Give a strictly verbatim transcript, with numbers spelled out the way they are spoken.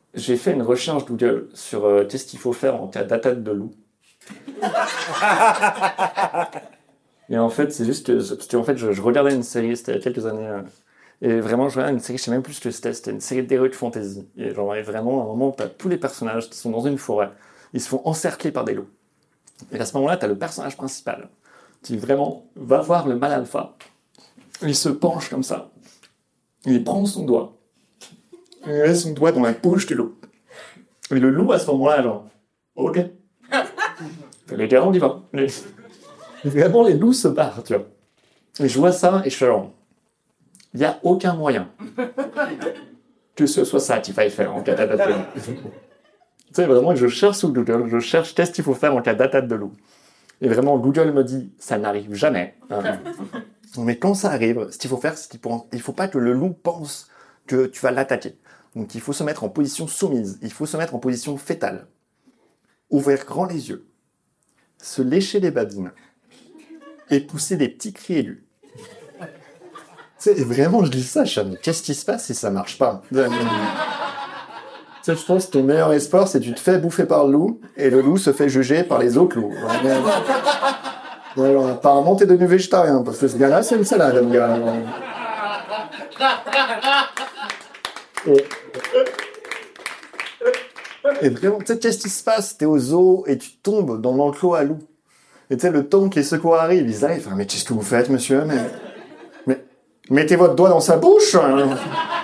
J'ai fait une recherche Google sur euh, qu'est-ce qu'il faut faire en cas d'attaque de loup. Et en fait, c'est juste que, parce qu'en fait, je, je regardais une série, c'était il y a quelques années, euh, et vraiment, je regardais une série, je sais même plus ce que c'était, c'était une série d'heroic fantasy. Et genre, et vraiment, à un moment, t'as tous les personnages qui sont dans une forêt, ils se font encercler par des loups. Et à ce moment-là, t'as le personnage principal, qui vraiment va voir le mâle alpha, il se penche comme ça, il prend son doigt, il met son doigt dans la bouche du loup. Et le loup, à ce moment-là, genre, ok. Les gars, on y va. Les... Vraiment, les loups se barrent, tu vois. Et je vois ça, et je suis genre, il n'y a aucun moyen que ce soit ça qu'il faille faire en cas d'attaque de loup. Tu sais, vraiment, je cherche sur Google, je cherche qu'est-ce qu'il faut faire en cas d'attaque de loup. Et vraiment, Google me dit, ça n'arrive jamais. Mais quand ça arrive, ce qu'il faut faire, c'est qu'il ne faut pas que le loup pense que tu vas l'attaquer. Donc il faut se mettre en position soumise, il faut se mettre en position fétale. Ouvrir grand les yeux, se lécher les babines et pousser des petits cris aigus. Tu sais, vraiment, je dis ça, je dis, qu'est-ce qui se passe si ça marche pas? Tu sais, je pense que ton meilleur espoir, c'est que tu te fais bouffer par le loup et le loup se fait juger par les autres loups. Alors, apparemment, t'es devenu végétarien, parce que ce gars-là, c'est une salade, le gars. Et, et vraiment, tu sais, qu'est-ce qui se passe? T'es au zoo et tu tombes dans l'enclos à loup. Et tu sais, le temps que les secours arrivent, ils arrivent, mais qu'est-ce que vous faites, monsieur? Mais, mais mettez votre doigt dans sa bouche!